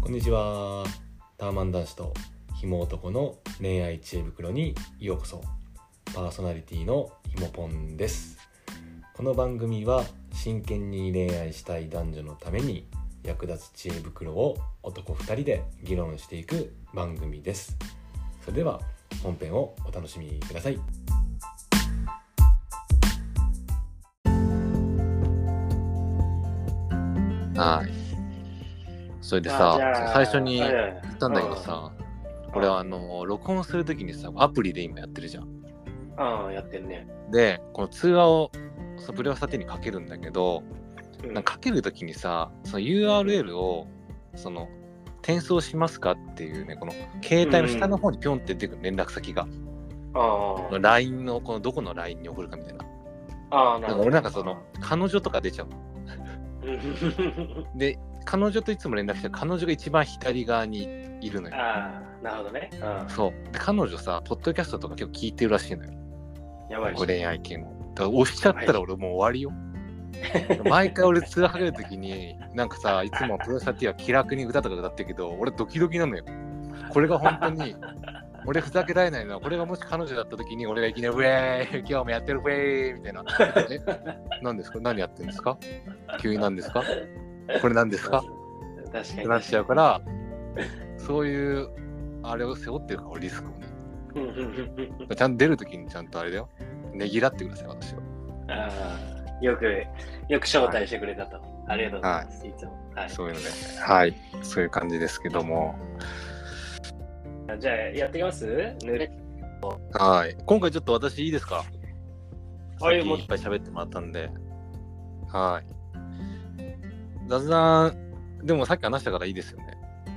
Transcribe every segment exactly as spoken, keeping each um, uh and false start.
こんにちは。ターマン男子とひも男の恋愛知恵袋にようこそ。パーソナリティのひもぽんです。この番組は真剣に恋愛したい男女のために役立つ知恵袋を男ふたりで議論していく番組です。それでは本編をお楽しみください。はい。それでさ、最初に言ったんだけどさ、俺はあの録音するときにさ、アプリで今やってるじゃん。 ああ、やってるね。 で、この通話をプレワサテにかけるんだけど、うん、なんかかけるときにさ、その ユーアールエル をその転送しますかっていうね、この携帯の下の方にピョンって出てくる連絡先が、うん、ライン のこのどこの ライン に送るかみたいな。 ああ、なるほど。 俺なんかその彼女とか出ちゃう。で、彼女といつも連絡して彼女が一番左側にいるのよ。 ああ、なるほどね。うん、 そう。で、彼女さ、ポッドキャストとか結構聞いてるらしいのよ。 やばい。 恋愛系の。だから押しちゃったら俺もう終わりよ。毎回俺通話かけるときに、なんかさ、いつもプロサティは気楽に歌とか歌ってるけど、俺ドキドキなのよ。これが本当に、俺ふざけられないのは、これがもし彼女だったときに、俺がいきなり、ウェーイ、今日もやってるウェーイみたいな。え、何ですか？何やってるんですか？急に何ですか？これ何ですか？ 確かに。 なっちゃうから、そういうあれを背負ってるから、リスクをね。ちゃんと出るときにちゃんとあれだよ。ねぎらってください、私は。 ああ、よく、よく招待してくれたと。はい、ありがとうございます。はい、いつも。はい、 そういうのね。はい。そういう感じですけども。 じゃあ、やっていきます？濡れはい。今回ちょっと私いいですか？ さっきいっぱい喋ってもらったんで。はい。雑談、でもさっき話したからいいですよね。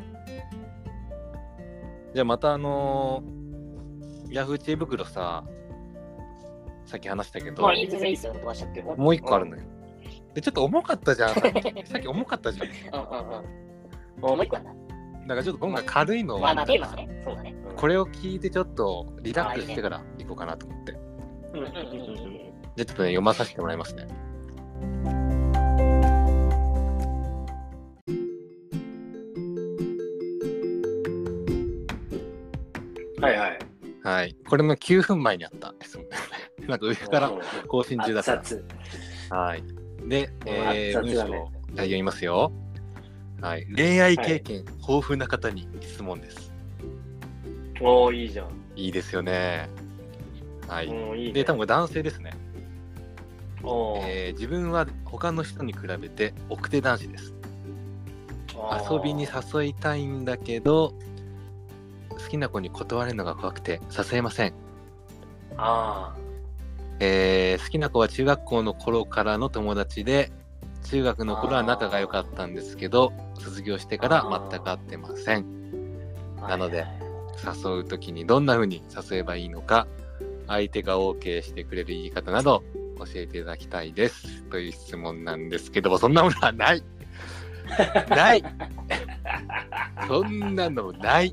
じゃあまたあのー、ヤフー知恵袋さ、さっき話したけど、 まあ、いいですよ、飛ばしちゃってる。 もう一個あるのよ。で、ちょっと重かったじゃん。さっき、さっき重かったじゃん。 うんうんうん。もう重いかな。 だからちょっと今回軽いのを、 まあまあ、テーマね。そうだね。 これを聞いてちょっとリラックスしてから行こうかなと思って。 うんうんうんうん。 じゃあちょっとね、読まさせてもらいますね。 はいはい。 はい。これもきゅうふんまえにあった質問。なんか上から更新中だった。はい。で、えー、文章を読みますよ。はい。恋愛経験豊富な方に質問です。 はい、おー、いいじゃん。 いいですよね。はい。 いいね、 で、多分これ男性ですね。 おー、 えー、自分は他の人に比べて奥手男子です。遊びに誘いたいんだけど、好きな子に断れるのが怖くて誘えません。 あー、 えー、好きな子は中学校の頃からの友達で、中学の頃は仲が良かったんですけど、卒業してから全く会ってません。なので、はいはい、誘うときにどんな風に誘えばいいのか、相手が OK してくれる言い方など教えていただきたいですという質問なんですけども、そんなものはないないそんなのない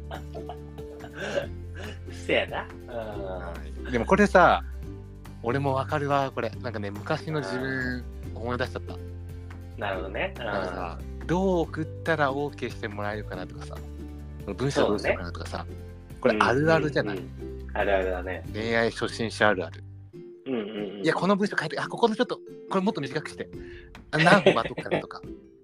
せやな。 でもこれさ、俺もわかるわ。これなんかね、昔の自分思い出しちゃった。 なるほどね。 なんかさ、どう送ったら OK してもらえるかなとかさ、文章どうしようかなとかさ、ね、これあるあるじゃない、うんうんうん、あるあるだね。 恋愛初心者あるある。 うんうんうん、 いや、この文章書いて、あ、ここでちょっとこれもっと短くして、あ、何分待とうかなとか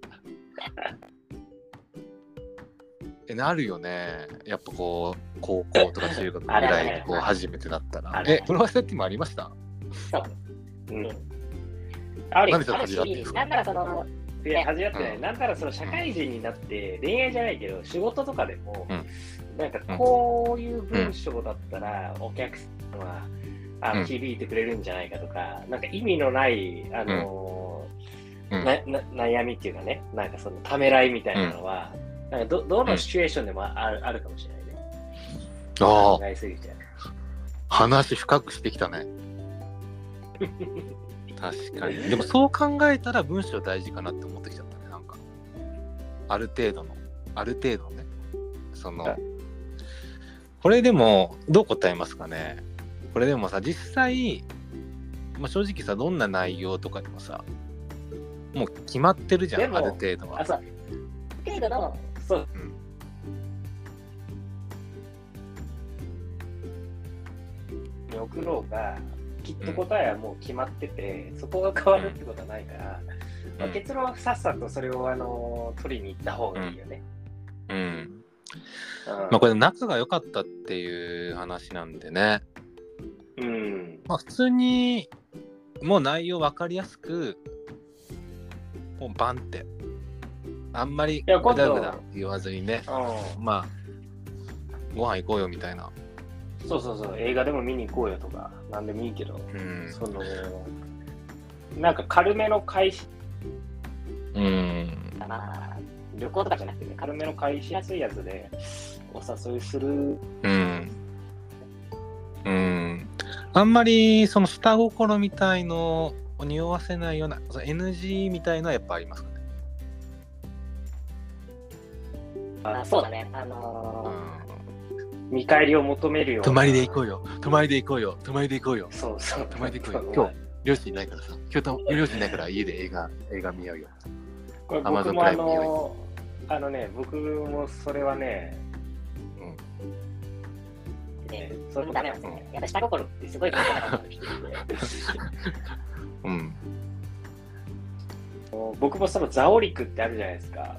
え、なるよね。やっぱこう高校とか中学ぐらいでこう初めてだったら。え、プロセッティもありました？ そう。うん。ある。 なんでちょっと始まってるんですか？ なんならその、いや、始まってない。うん、なんならその社会人になって、うん、恋愛じゃないけど、仕事とかでも、うん、なんかこういう文章だったら、お客さんは、あの、響いてくれるんじゃないかとか、なんか意味のない、あのーうん、なな悩みっていうかね、なんかそのためらいみたいなのは、うん、なんか ど, どのシチュエーションでもあ る,、うん、あるかもしれないね。ああ。考えすぎちゃう。 話深くしてきたね。確かに。でもそう考えたら文章大事かなって思ってきちゃったね。なんかある程度のある程度ね。そのこれでもどう答えますかね。これでもさ、実際、まあ、正直さ、どんな内容とかでもさ、もう決まってるじゃん、ある程度は。 あ、そう。程度の、そう、 送ろうが、きっと答えはもう決まってて、うん、そこが変わるってことはないから、うんまあ、結論はさっさとそれをあの取りに行った方がいいよね。 うん。うんうんまあ、これ仲が良かったっていう話なんでね。 うん。 まあ普通にもう内容分かりやすく、もうバンって。あんまりぐだぐだ言わずにね。うん、まあ、ご飯行こうよみたいな。 そうそうそう、映画でも見に行こうよとか、なんでもいいけど、うん、その、なんか軽めの開始。 うん。 まあ、旅行とかじゃなくてね、軽めの開しやすいやつでお誘いする。 うん。うん。あんまりその下心みたいのを匂わせないような エヌジー みたいのはやっぱありますかね。 あ、そうだね。あのーうん、見返りを求めるような。 泊まりで行こうよ。泊まりで行こうよ。泊まりで行こうよ。 そうそう。 泊まりで行こうよ。今日両親いないからさ。今日両親いないから家で映画映画見ようよ。 これ僕もあのー、あのね、僕もそれはね。ね、それもダメなんですよね。やっぱ下心ってすごいことだなってきてて、 うん。 僕もそのザオリクってあるじゃないですか。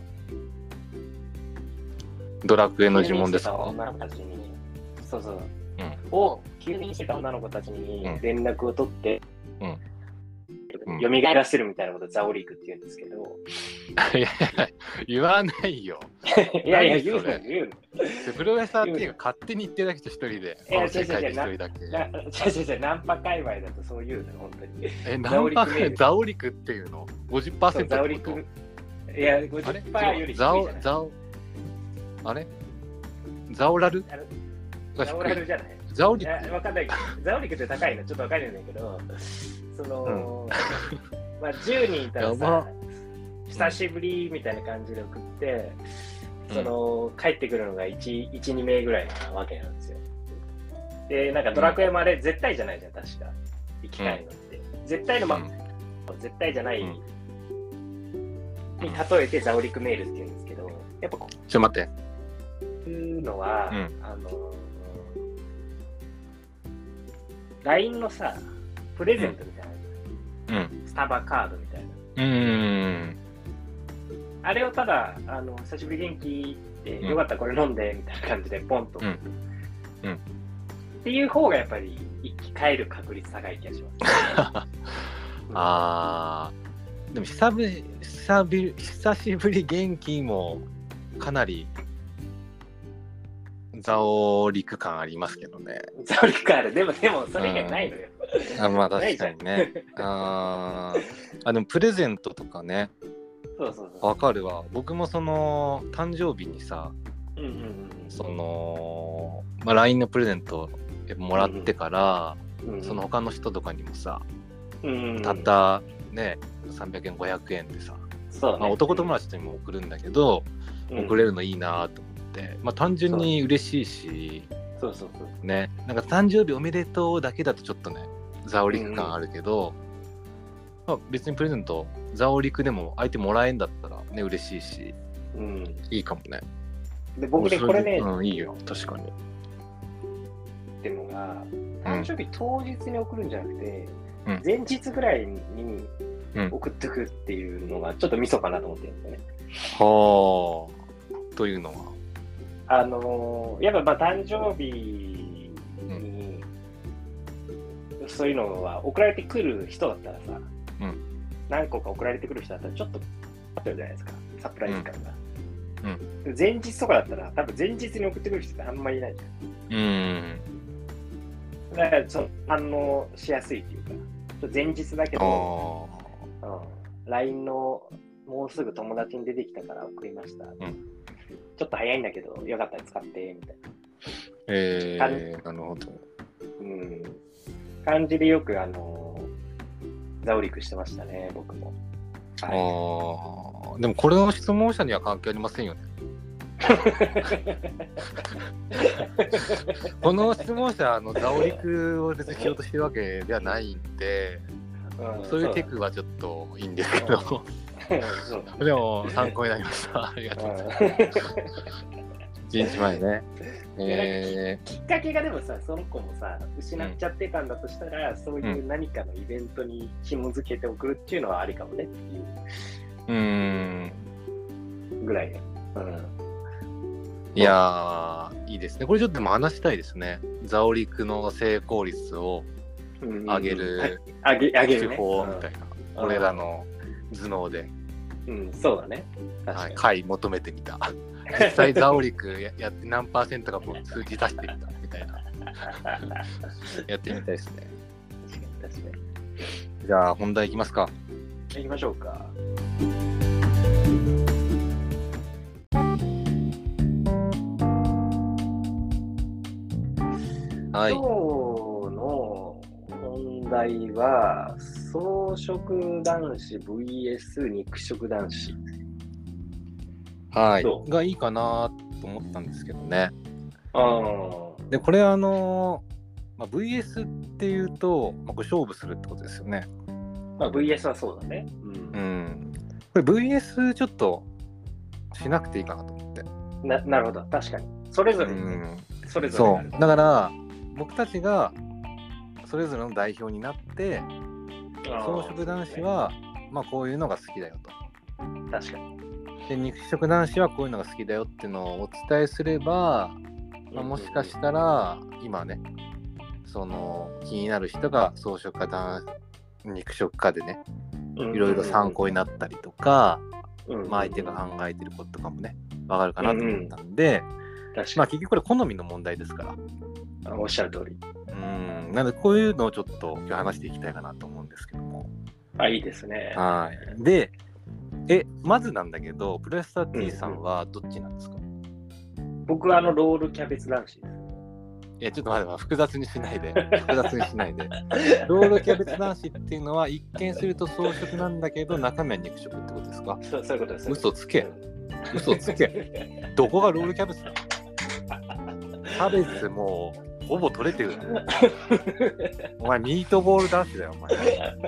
ドラクエの呪文ですか？ 女の子たちに、そうそう、うん、を急にしてた女の子たちに連絡を取って、うんうん、蘇らせるみたいなことをザオリクって言うんですけど。 いやいや、言わないよ。 いやいや、言うの言うの。 プロレスラーっていうか勝手に言ってるだけと一人で。 いや、違う違う違う。一人だけ。違う違う違う。ナンパ界隈だとそう言うの、本当に。 え、ナンパザオリクっていうの ?ごじゅっパーセントザオリク。いや、ごじゅっパーセント より低いじゃない。 ザオ、あれザオラルザオラルじゃない。 ザオリク。 わかんないけど、ザオリクって高いのちょっとわかんないんだけど、その、うん、まあじゅうにんいたらさ、久しぶりみたいな感じで送って、うん、その帰ってくるのがいち、にめいぐらいなわけなんですよ。で、なんかドラクエもあれ、うん、絶対じゃないじゃん、確か。行きたいのって。うん、絶対のま、うん、絶対じゃない、うん、に例えてザオリクメールって言うんですけど、やっぱ、ちょっと待って。 いうのは、うん、あの、ライン のさ、プレゼントみたいな、うん、スタバカードみたいな。 うん。 あれをただ、あの久しぶり元気で、うん、よかったらこれ飲んでみたいな感じでポンと、うんうん、っていう方がやっぱり生き返る確率高い気がします、ねうん、あーでも久ぶり久ぶり久しぶり元気もかなりザオリク感ありますけどね。 ザオリク感ある。でもでもそれがないのよ、 うん、あまあ確かにねああでもプレゼントとかねそうそうそう。 わかるわ。僕もその誕生日にさ、 うんうんうん、 その、まあ、ライン のプレゼントもらってから、うんうん、その他の人とかにもさ、うんうん、たったねさんびゃくえんごひゃくえんでさ、 そうねまあ、男友達にも送るんだけど、うん、送れるのいいなと思って、まあ、単純に嬉しいしそうそうそうね、なんか誕生日おめでとうだけだとちょっとねザオリク感あるけど、うんまあ、別にプレゼントザオリクでも相手もらえんだったらね嬉しいし、うん、いいかもね。 で僕ねこれね、 うん、いいよ確かに。 っていうのが誕生日当日に送るんじゃなくて、うん、前日ぐらいに送ってくっていうのがちょっとミソかなと思ってるんですよね。 はあ。というのはあのー、やっぱまあ誕生日に、うん、そういうのは送られてくる人だったらさ、うん、何個か送られてくる人だったらちょっとあるじゃないですかサプライズ感が、うんうん、前日とかだったら多分前日に送ってくる人ってあんまりいないじゃん。うんだからその反応しやすいっていうか前日だけど、うん、ライン のもうすぐ友達に出てきたから送りました、うん、ちょっと早いんだけどよかったら使ってみたいなえー、なるほど、 うん、感じでよくあのザオリクしてましたね僕も。 あでもこれの質問者には関係ありませんよねこの質問者のザオリクを別にしようとしてるわけではないんで、うん、そういうテクはちょっといいんですけど、うん、でも参考になりましたありがとうございますいちにちまえね。えー、きっかけがでもさ、その子もさ、失っちゃってたんだとしたら、うん、そういう何かのイベントに紐づけて送るっていうのはありかもねっていう。 うーん。 ぐらいね。うん。 いやー、いいですね。これちょっとでも話したいですね。ザオリクの成功率を上げる手法みたいな。うん、俺らの頭脳で。 うん、そうだね。 はい、回求めてみた。実際ザオリク や, やって何パーセントか数字出してみたみたいな。やってみたいですね。 確かに確かに。 じゃあ本題いきますか。 いきましょうか。はい、今日の本題は草食男子 ブイエス 肉食男子。 はい。がいいかなと思ったんですけどね。 あで、これあの、まあ、ブイエス っていうと、まあ、これ勝負するってことですよね。 まあ、ブイエス はそうだね。 うん。うん、これ ブイエス ちょっとしなくていいかなと思って。 な, なるほど。確かに。それぞれ、ね、うん、それぞれ。そう。だから、僕たちがそれぞれの代表になって、草食男子は、ね、まあこういうのが好きだよと。 確かに。 で、肉食男子はこういうのが好きだよっていうのをお伝えすれば、まあ、もしかしたら今ね、その気になる人が草食か男肉食かでね、いろいろ参考になったりとか、まあ、相手が考えてることとかもね、わかるかなと思ったんで、まあ結局これ好みの問題ですから。 おっしゃる通り。 うん、なのでこういうのをちょっと今日話していきたいかなと思うんですけども。 あ、いいですね。 はい。で、え、まずなんだけど、プレスタ T さんはどっちなんですか？ うん、僕はあのロールキャベツ男子です。 いや、ちょっと待って、複雑にしないで。複雑にしないで。ロールキャベツ男子っていうのは一見すると草食なんだけど、中身は肉食ってことですか？ そう、そういうことです。 嘘つけ。嘘つけ。どこがロールキャベツだ？キャベツもうほぼ取れてる。お前ミートボール男子だよ、お前。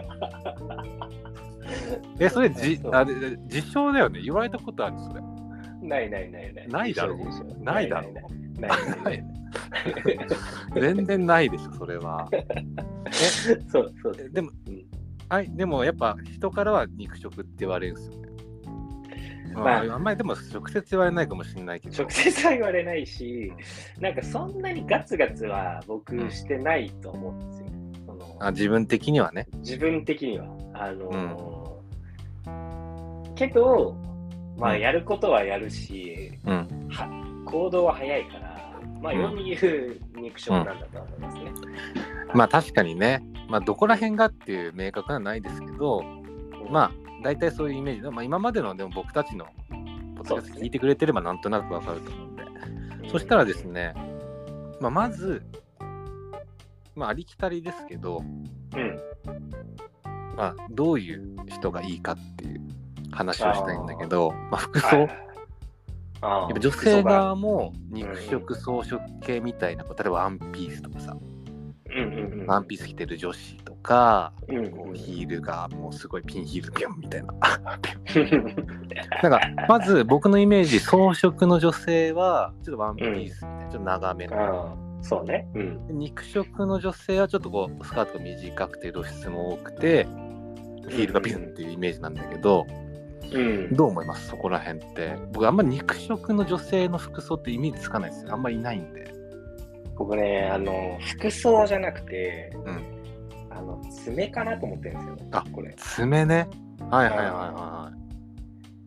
え、それじあれ実証だよね。言われたことあるそれ。 ないないないない。 ないだろう。ないだろう。 ないないない。 全然ないでしょ、それは。え、 そうそう。 でも、うん、はい、でもやっぱ人からは肉食って言われるんですよね。まあ、あんまりでも直接言われないかもしれないけど。 直接は言われないし、なんかそんなにガツガツは僕してないと思うんですよ。そのあ、自分的にはね。 自分的には。あのーうん、けど、まあやることはやるし、うん、は行動は早いから、まあ世に言う肉食なんだと思いますね。 うん、まあ確かにね、まあどこら辺がっていう明確はないですけど、うん、まあ大体そういうイメージで、まあ、今までのでも僕たちのポッドキャスト聞いてくれてればなんとなくわかると思うんで、そ, そしたらですね、まあ、まず、まあ、ありきたりですけど、うんまあ、どういう人がいいかっていう話をしたいんだけど、まあ、服装、はい、あやっぱ女性側も肉食草食系みたいな、例えばワンピースとかさ、うんうんうん、ワンピース着てる女子とか、うんうん、こうヒールがもうすごいピンヒールピョンみたいななんかまず僕のイメージ、草食の女性はちょっとワンピースみたいな、うん、ちょっと長めの、 そうね、うん、 肉食の女性はちょっとこうスカートが短くて露出も多くてヒールがピュンっていうイメージなんだけど、うん、どう思います？そこら辺って。僕あんまり肉食の女性の服装ってイメージつかないですよ。あんまりいないんで。 僕ね、あの服装じゃなくて、うん、あの爪かなと思ってるんですよ。 あ、これ爪ね。はいはいはいはい。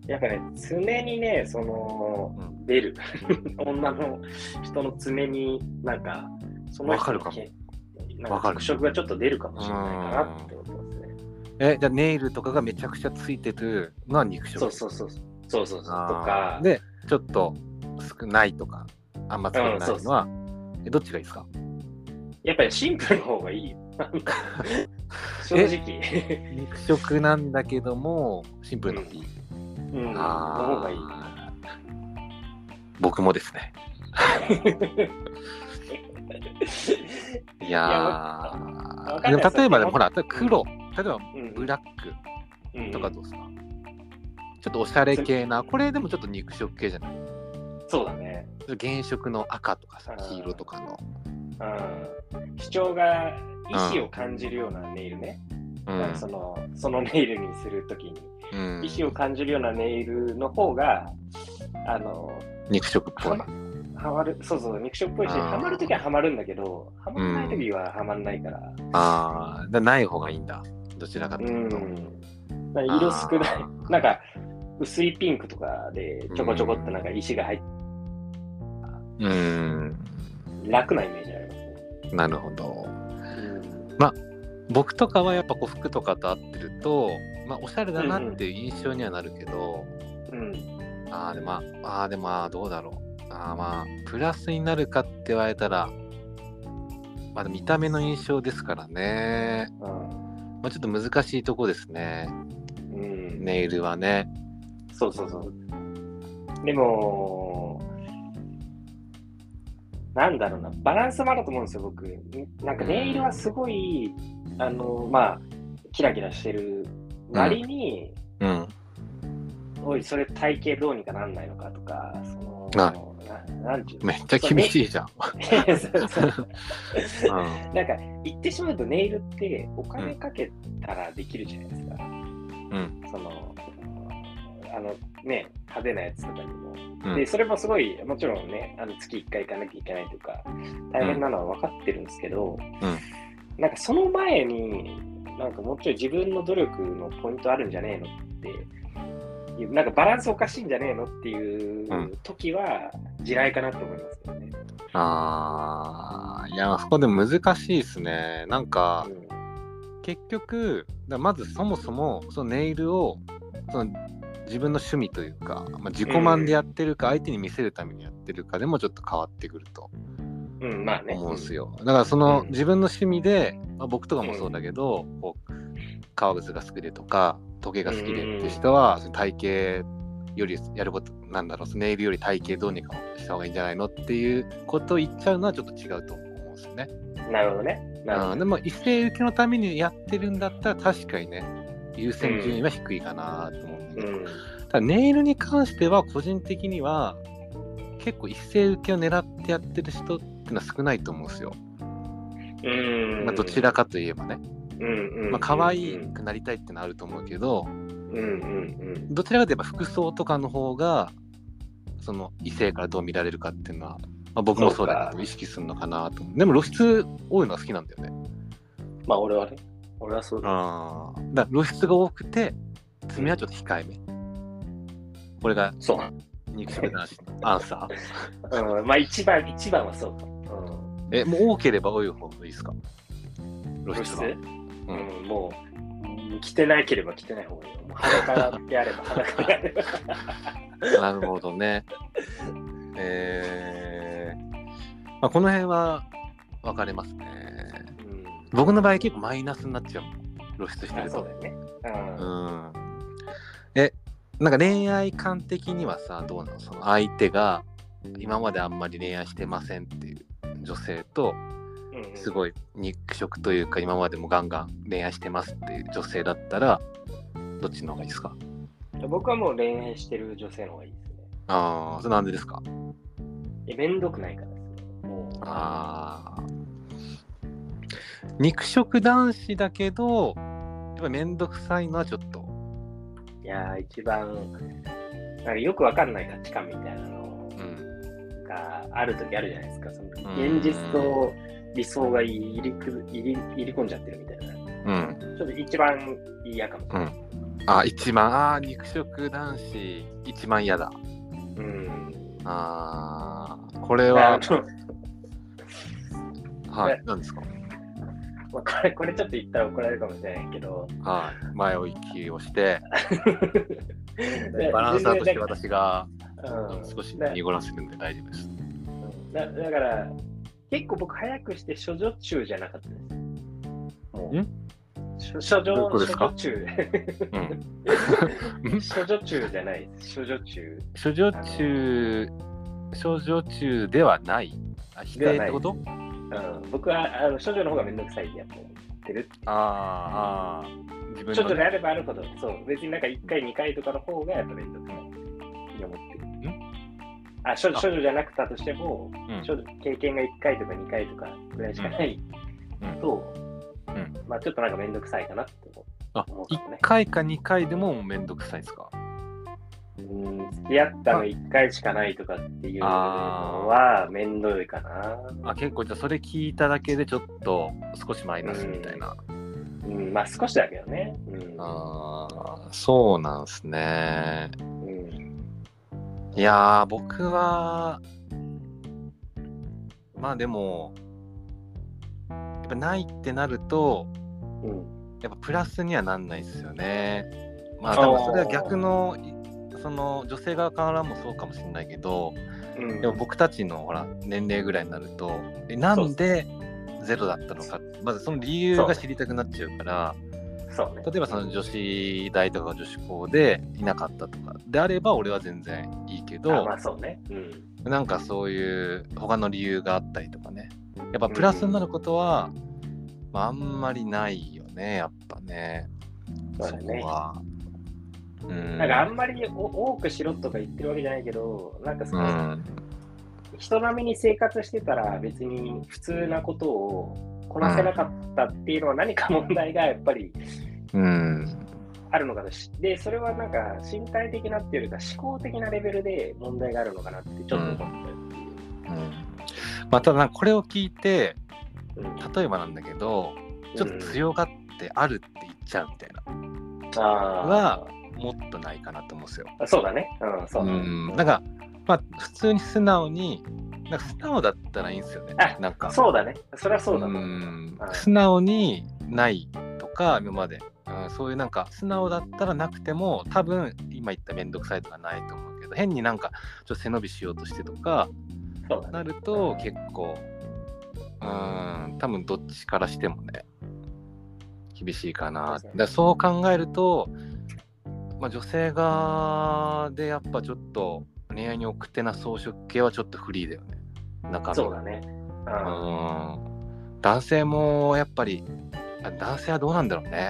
やっぱね、爪にね、その、うん、出る女の人の爪になんかその人のかなんか特色がちょっと出るかもしれないかなって思ってますね。 え、じゃあネイルとかがめちゃくちゃついてるのは肉食。 そうそうそうそうそうそうそうとかでちょっと少ないとかあんまつけないのは、うん、そうそうえどっちがいいですか？ やっぱりシンプルの方がいいよ正直肉食なんだけどもシンプルの方がいい、 うん、うん、あの方がいい。 僕もですねいやー、でも例えばでもほら黒、例えばブラックとかどうですか、うんうん、ちょっとおしゃれ系な、これでもちょっと肉食系じゃない？ そうだね。 原色の赤とかさ、黄色とかの。 うん、主張が意思を感じるようなネイルね。うん、そのそのネイルにするときに、うん、意思を感じるようなネイルの方が、あの肉食っぽい。 はまる、そうそう、肉食っぽいし、はまるときははまるんだけど、はまらないときははまらないから。 うん、ああ、だない方がいいんだ。どちらかというと。うん、 色少ない。なんか、薄いピンクとかでちょこちょこっとなんか石が入って、 うん、 楽なイメージありますね。 なるほど。うん、まあ僕とかはやっぱこう服とかと合ってると、まあおしゃれだなっていう印象にはなるけど、うん、ああでもああでもあどうだろう。ああまあプラスになるかって言われたら、まあ見た目の印象ですからね。うん、まあちょっと難しいとこですね。うん、ネイルはね。 そうそうそう。でも、なんだろうな、バランスもあると思うんですよ、僕。なんかネイルはすごい、うん、あの、まあ、キラキラしてる割に、うん、おい、それ体型どうにかなんないのかとか、その、ななんていうのめっちゃ厳しいじゃん。そうそううん、なんか、言ってしまうとネイルってお金かけたらできるじゃないですか。うん、そのあのね、派手なやつとかにも、うん、でそれもすごいもちろんね、あの月いっかい行かなきゃいけないとか大変なのは分かってるんですけど、うん、なんかその前になんかもうちょい自分の努力のポイントあるんじゃねえのっていう、なんかバランスおかしいんじゃねえのっていう時は地雷かなと思いますけどね。うん、 ああ、いやそこで難しいですね。なんか、うん、結局だまずそもそもそのネイルをその自分の趣味というか、まあ、自己満でやってるか相手に見せるためにやってるかでもちょっと変わってくると思うんですよ。だからその自分の趣味で、まあ、僕とかもそうだけど、こう革靴が好きでとか時計が好きでって人はその体型よりやることなんだろう、ネイルより体型どうにかした方がいいんじゃないのっていうことを言っちゃうのはちょっと違うと思うんですよね。 なるほどね。なるほど。 うん、でも一斉受けのためにやってるんだったら確かにね、優先順位は低いかなと思うんだけど、うん、ただネイルに関しては個人的には結構一斉受けを狙ってやってる人っていうのは少ないと思うんですよ。うん、まあ、どちらかといえばね、うんうん、まあ可愛くなりたいってのはあると思うけど、うんうんうん、どちらかといえば服装とかの方がその異性からどう見られるかっていうのは、まあ、僕もそうだけど意識するのかなと思う。でも露出多いのは好きなんだよね。 まあ俺はね。俺はそうだ。 あだ露出が多くて爪はちょっと控えめ、うん、これがそう肉食男子のアンサー、うん、まあ一番一番はそうか、うん、 えもう多ければ多い方がいいですか露出は、 うんうん、もう着てなければ着てない方がいいよ。もう裸であれば裸であればなるほどね。えーまあ、この辺は分かれますね。僕の場合結構マイナスになっちゃう露出してると。 そうだよね。うん。うん、 え、なんか恋愛観的にはさ、どうなの？その相手が今まであんまり恋愛してませんっていう女性と、うんうん、すごい肉食というか今までもガンガン恋愛してますっていう女性だったらどっちの方がいいですか？ 僕はもう恋愛してる女性の方がいいですね。 ああ、それなんでですか？ え、めんどくないからですね。もう。ああ。 肉食男子だけどやっぱめんどくさいのはちょっと、 いやー一番なんかよくわかんない価値観みたいなのがあるときあるじゃないですか。その現実と理想が入りく入り入り込んじゃってるみたいな、うん、ちょっと一番嫌かもしれない、 うん、あ一番あ肉食男子一番嫌だ。うん、あこれははい何ですか？ まあ、これこれちょっと言ったら怒られるかもしれないけど、 はい、前置きをしてバランサーとして私が、うん、少し濁らせるんで大丈夫です。 だ, だから結構僕早くして処女中じゃなかったです。もう処女処女中処女中じゃないです。処女中処女中処女中ではない。あ否定ってこと？ うん、僕はあの処女の方がめんどくさいやと思ってるって。ああ、自分の、ね、処女であればあるほど、そう、別になんかいっかい、にかいとかの方がやっぱめんどくさいって思ってる。んあ処女、処女じゃなくたとしても、 うん、 処女経験がいっかいとかにかいとかぐらいしかないと、 うんうん、 まあちょっとなんかめんどくさいかなって思う、ね。 あ、いっかいかにかいでもめんどくさいですか？ うん、付き合ったのいっかいしかないとかっていうのはめんどいかな。 あ、結構じゃあそれ聞いただけでちょっと少しマイナスみたいな。 うん、うん、まあ少しだけどね。うん、 ああ、そうなんすね。 うん、 いやー、僕はまあでもやっぱないってなると、うん、やっぱプラスにはなんないですよね。まあ多分それは逆のその女性側からもそうかもしれないけど、うん、でも僕たちのほら年齢ぐらいになるとえなんでゼロだったのか、まずその理由が知りたくなっちゃうから、そうね、例えばその女子大とか女子校でいなかったとかであれば俺は全然いいけど、 あ、まあそうね、うん、 なんかそういう他の理由があったりとかね、やっぱプラスになることは、うん、まあ、あんまりないよね、やっぱね。 そうだね。 そこは。うん、 なんかあんまり多くしろとか言ってるわけじゃないけど、なんかその、うん、人並みに生活してたら別に普通なことをこなせなかったっていうのは何か問題がやっぱりあるのかな、うん、で、それはなんか身体的なっていうか思考的なレベルで問題があるのかなってちょっと思った、うんうん、 まあ、ただこれを聞いて、うん、例えばなんだけどちょっと強がってあるって言っちゃうみたいな、うん、はもっとないかなと思うんですよ。 そうだね。うん、そうだね。うん、 なんか、まあ、普通に素直に、なんか素直だったらいいんですよね。なんか。 そうだね。それはそうだね。 うん、素直にないとか、今まで、うん。そういうなんか、素直だったらなくても、多分、今言っためんどくさいとかないと思うけど、変になんか、ちょっと背伸びしようとしてとか、そうだね、なると、結構、うん、多分どっちからしてもね、厳しいかな。そう、だそう考えると、まあ、女性側でやっぱちょっと恋愛に奥手な装飾系はちょっとフリーだよね、中身。 そうだね。 うん、男性もやっぱり男性はどうなんだろうね。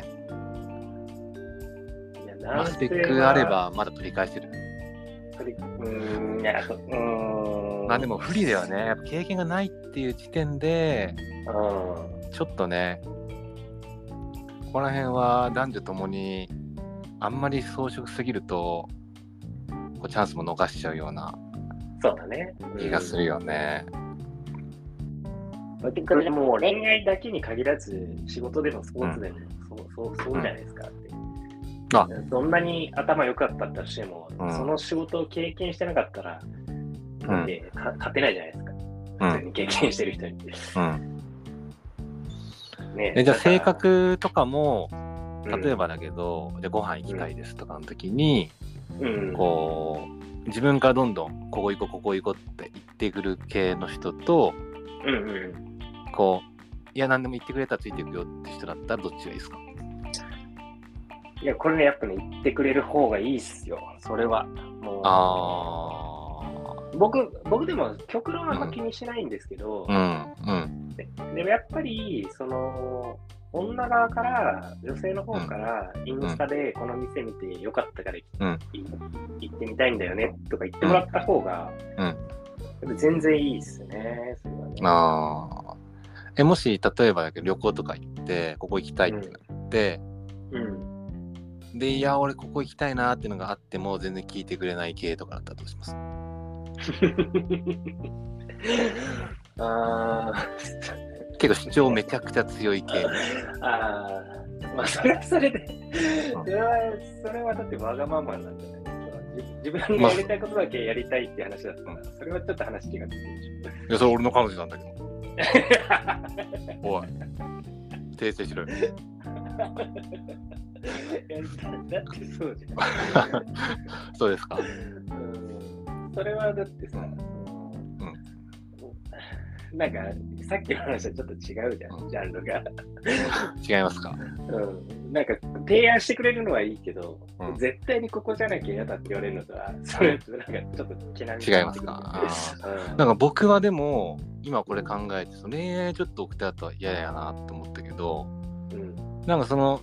いや、まあ、スペックあればまだ取り返せる。 うん、いや、うーん、 まあでも不利だよね。やっぱ経験がないっていう時点で、うん、ちょっとね、ここら辺は男女ともにあんまり装飾すぎるとこうチャンスも逃しちゃうような気がするよね。 うん、でも恋愛だけに限らず仕事でもスポーツでも、うん、そうそうそうじゃないですかって。あ、どんなに頭良かったとしても、うん、その仕事を経験してなかったら、うん、でか勝てないじゃないですか。普通に経験してる人に。うんね、 えじゃあ性格とかも例えばだけど、うん、じゃあご飯行きたいですとかの時に、うん、こう自分からどんどんここ行こうここ行こうって言ってくる系の人と、うんうん、こういや何でも言ってくれたらついていくよって人だったらどっちがいいですか？ いやこれねやっぱね言ってくれる方がいいっすよ。それはもうあ僕僕でも極論はあんま気にしないんですけど、うんうん、で, でもやっぱりその女側から女性の方からインスタでこの店見てよかったから、うん、行ってみたいんだよねとか言ってもらった方が、うん、全然いいっすね。それはね。 あえもし例えばだけど旅行とか行ってここ行きたいってなって、うんうん、でいや俺ここ行きたいなっていうのがあっても全然聞いてくれない系とかだったらどうします？あ結構主張めちゃくちゃ強い系。 ああ、まあそれはそれで、それはそれはだってわがままなんじゃないですか。自分がやりたいことだけやりたいって話だったら、まあ、それはちょっと話違ってくるでしょ。 いやそれ俺の彼女なんだけど。おい、訂正しろよ。いやだってそうじゃん。そうですか。 うん、それはだってさ。なんかさっきの話はちょっと違うじゃん、うん、ジャンルが違いますか、 うん、なんか提案してくれるのはいいけど、うん、絶対にここじゃなきゃ嫌だって言われるのとはそれとなんかちょっと気並み違いますか、うん、なんか僕はでも今これ考えてそれ、ね、ちょっと奥手だと嫌やなって思ったけど、うん、なんかその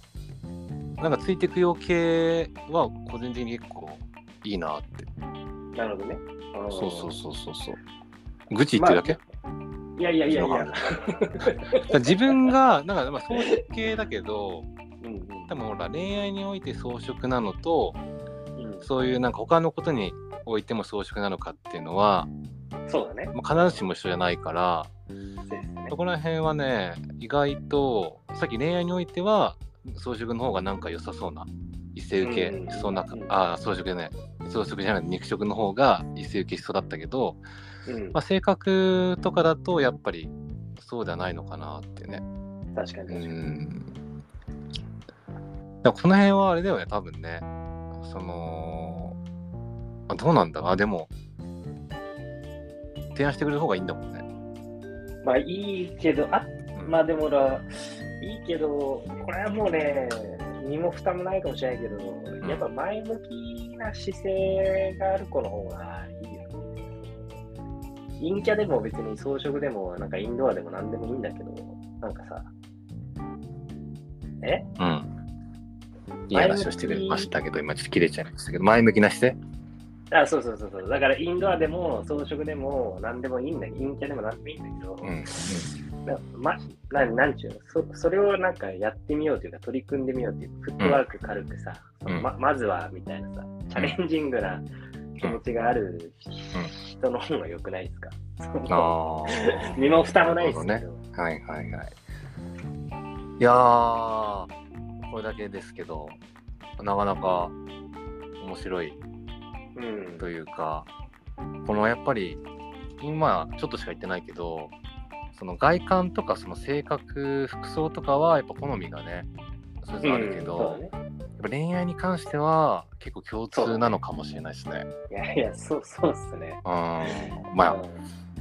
なんかついてくよ系は個人的に結構いいなってなるほどね。 そうそうそうそうそう。愚痴言ってるだけ、 まあ、いやいやいやいや。 自分が、なんか、まあ、装飾系だけど、 うんうん、 多分ほら、恋愛において装飾なのと、 うん、 そういうなんか他のことにおいても装飾なのかっていうのは、 そうだね。 まあ、必ずしも一緒じゃないから、 そうですね、 そこら辺はね、意外と、さっき恋愛においては、装飾の方がなんか良さそうな、一世受けしそうな、うんうん、ああ、装飾ね、装飾じゃない、肉食の方が一世受けしそうだったけど、うんまあ、性格とかだとやっぱりそうではないのかなってね。 確かに確かに。うんだこの辺はあれだよね、多分ね。その、あどうなんだあ、でも、提案してくれる方がいいんだもんね。 まあいいけど、あ、うん、まあでもら、いいけど、これはもうね、身も蓋もないかもしれないけど、うん、やっぱ前向きな姿勢がある子の方がいいよね。陰キャでも別に装飾でも、なんかインドアでも何でもいいんだけど、なんかさ、えうん。いい話をしてくれましたけど、今ちょっと切れちゃいましたけど、前向きな姿勢あ、そうそうそうそう。だからインドアでも装飾でも何でもいいんだけど、陰キャでも何でもいいんだけど、うんうんなま、ななんちゅうの そ, それをなんかやってみようというか取り組んでみようっていうフットワーク軽くさ、うんま、まずはみたいなさ、チャレンジングな気持ちがある人の方が良くないですか、うん、あ身も蓋もないですけど、ね、 はいはいはい。いやーこれだけですけどなかなか面白いというか、うん、このやっぱり今ちょっとしか言ってないけどその外観とかその性格服装とかはやっぱ好みがねそれぞれあるけど、うんね、やっぱ恋愛に関しては結構共通なのかもしれないですね。 いやいやそうそうっすね。 うんまあ、うん、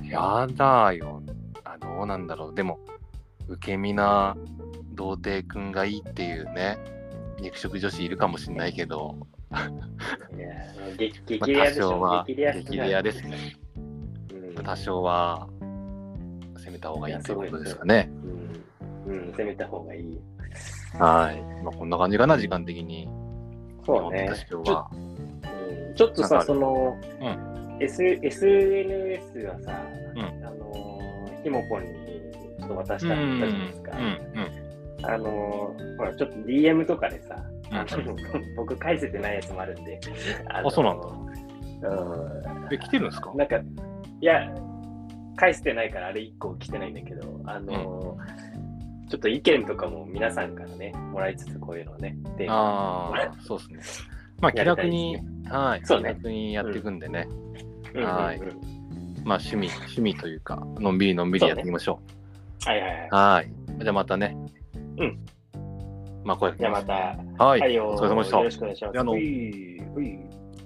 やだよあどうなんだろうでも受け身な童貞くんがいいっていうね肉食女子いるかもしれないけどいや激レアでしょ、 まあ、多少は激レアですね、うん、多少は攻めた方がいいということですかね。 うん、うん、攻めた方がいい。 はい、まあ、こんな感じかな時間的に。 そうね。ちょ、うん、ちょっとさその、うん S、エスエヌエス はさ、うん、あのひもぽんにちょっと渡したって言ったじゃないですか。うんうんうん、あのほらちょっと ディーエム とかでさ、うん、あの僕返せてないやつもあるんで。 あ, あそうなんだ。 うん。 え来てるんですか？ なんかいや。返してないからあれいっこ来てないんだけど、あのーうん、ちょっと意見とかも皆さんからねもらいつつこういうのをねでああそうですねまあ気楽に、ね、はいそう、ね、気楽にやっていくんでね、うん、はい、うんうんうん、まあ趣味趣味というかのんびりのんびりやっていきましょう、ね、はいはいはいはいじゃあまたねうんまあこうやってじゃあまたはい、 はい、 お疲れ様でした。 よろしくお願いします。 あの